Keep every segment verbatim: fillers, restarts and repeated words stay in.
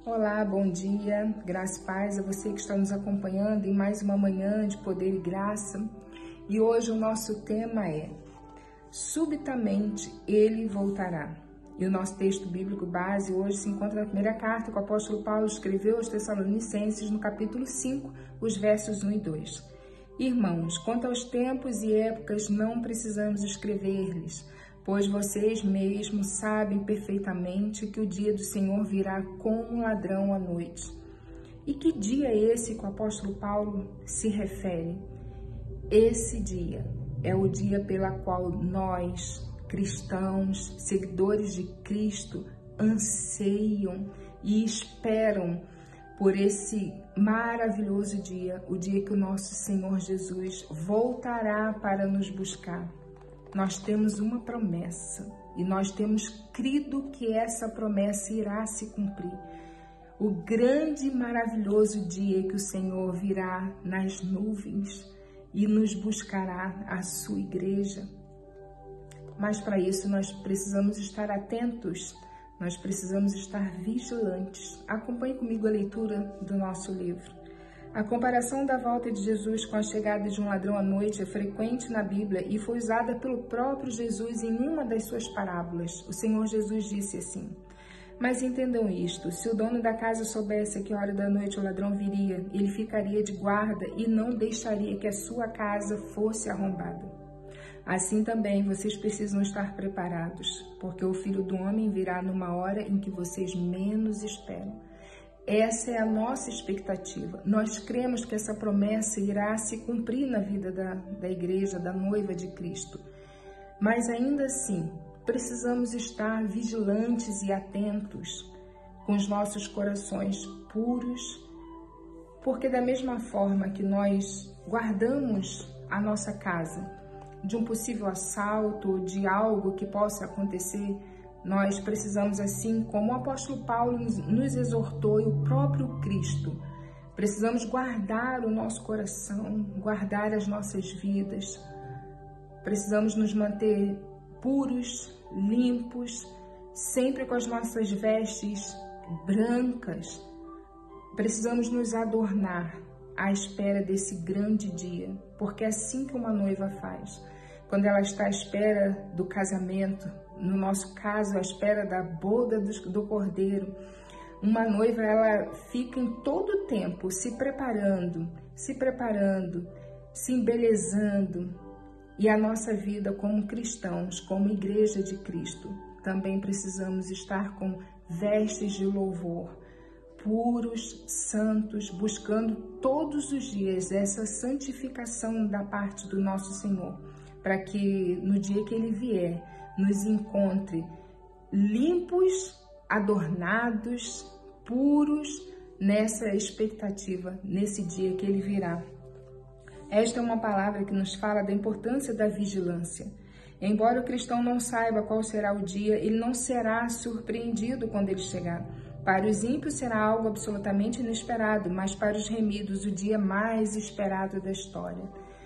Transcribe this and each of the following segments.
Olá, bom dia, graça e paz a você que está nos acompanhando em mais uma manhã de poder e graça. E hoje o nosso tema é Subitamente Ele Voltará. E o nosso texto bíblico base hoje se encontra na primeira carta que o apóstolo Paulo escreveu aos Tessalonicenses, no capítulo cinco, os versos um e dois. Irmãos, quanto aos tempos e épocas, não precisamos escrever-lhes, pois vocês mesmos sabem perfeitamente que o dia do Senhor virá como um ladrão à noite. E que dia é esse que o apóstolo Paulo se refere? Esse dia é o dia pela qual nós, cristãos, seguidores de Cristo, anseiam e esperam por esse maravilhoso dia, o dia que o nosso Senhor Jesus voltará para nos buscar. Nós temos uma promessa e nós temos crido que essa promessa irá se cumprir. O grande e maravilhoso dia que o Senhor virá nas nuvens e nos buscará a sua igreja. Mas para isso nós precisamos estar atentos, nós precisamos estar vigilantes. Acompanhe comigo a leitura do nosso livro. A comparação da volta de Jesus com a chegada de um ladrão à noite é frequente na Bíblia e foi usada pelo próprio Jesus em uma das suas parábolas. O Senhor Jesus disse assim: mas entendam isto, se o dono da casa soubesse a que hora da noite o ladrão viria, ele ficaria de guarda e não deixaria que a sua casa fosse arrombada. Assim também vocês precisam estar preparados, porque o Filho do Homem virá numa hora em que vocês menos esperam. Essa é a nossa expectativa. Nós cremos que essa promessa irá se cumprir na vida da, da igreja, da noiva de Cristo. Mas ainda assim, precisamos estar vigilantes e atentos, com os nossos corações puros, porque da mesma forma que nós guardamos a nossa casa de um possível assalto, de algo que possa acontecer, nós precisamos, assim como o apóstolo Paulo nos exortou e o próprio Cristo, precisamos guardar o nosso coração, guardar as nossas vidas, precisamos nos manter puros, limpos, sempre com as nossas vestes brancas. Precisamos nos adornar à espera desse grande dia, porque é assim que uma noiva faz. Quando ela está à espera do casamento, no nosso caso, à espera da boda do, do cordeiro, uma noiva, ela fica em todo o tempo se preparando, se preparando, se embelezando. E a nossa vida como cristãos, como igreja de Cristo, também precisamos estar com vestes de louvor, puros, santos, buscando todos os dias essa santificação da parte do nosso Senhor, para que no dia que Ele vier, nos encontre limpos, adornados, puros, nessa expectativa, nesse dia que Ele virá. Esta é uma palavra que nos fala da importância da vigilância. Embora o cristão não saiba qual será o dia, ele não será surpreendido quando ele chegar. Para os ímpios será algo absolutamente inesperado, mas para os remidos o dia mais esperado da história.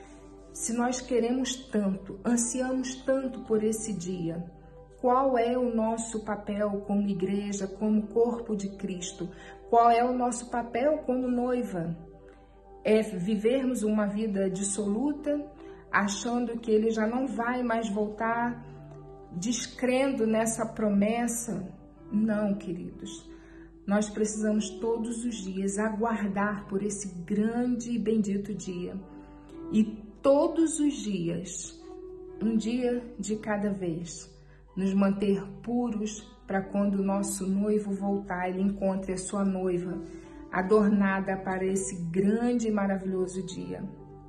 Se nós queremos tanto, ansiamos tanto por esse dia, qual é o nosso papel como igreja, como corpo de Cristo? Qual é o nosso papel como noiva? É vivermos uma vida dissoluta, achando que Ele já não vai mais voltar, descrendo nessa promessa? Não, queridos. Nós precisamos todos os dias aguardar por esse grande e bendito dia. E todos os dias, um dia de cada vez, nos manter puros para quando o nosso noivo voltar, ele encontre a sua noiva adornada para esse grande e maravilhoso dia.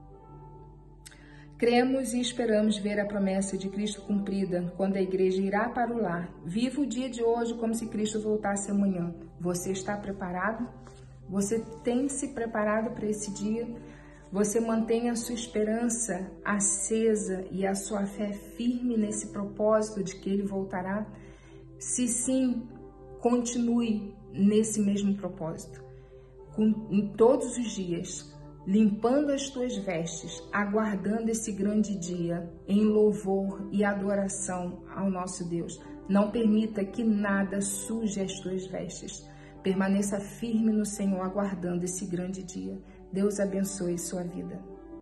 Cremos e esperamos ver a promessa de Cristo cumprida quando a igreja irá para o lar. Viva o dia de hoje como se Cristo voltasse amanhã. Você está preparado? Você tem se preparado para esse dia? Você mantém a sua esperança acesa e a sua fé firme nesse propósito de que Ele voltará? Se sim, continue nesse mesmo propósito. Com, em todos os dias, limpando as tuas vestes, aguardando esse grande dia em louvor e adoração ao nosso Deus. Não permita que nada suje as tuas vestes. Permaneça firme no Senhor, aguardando esse grande dia. Deus abençoe sua vida.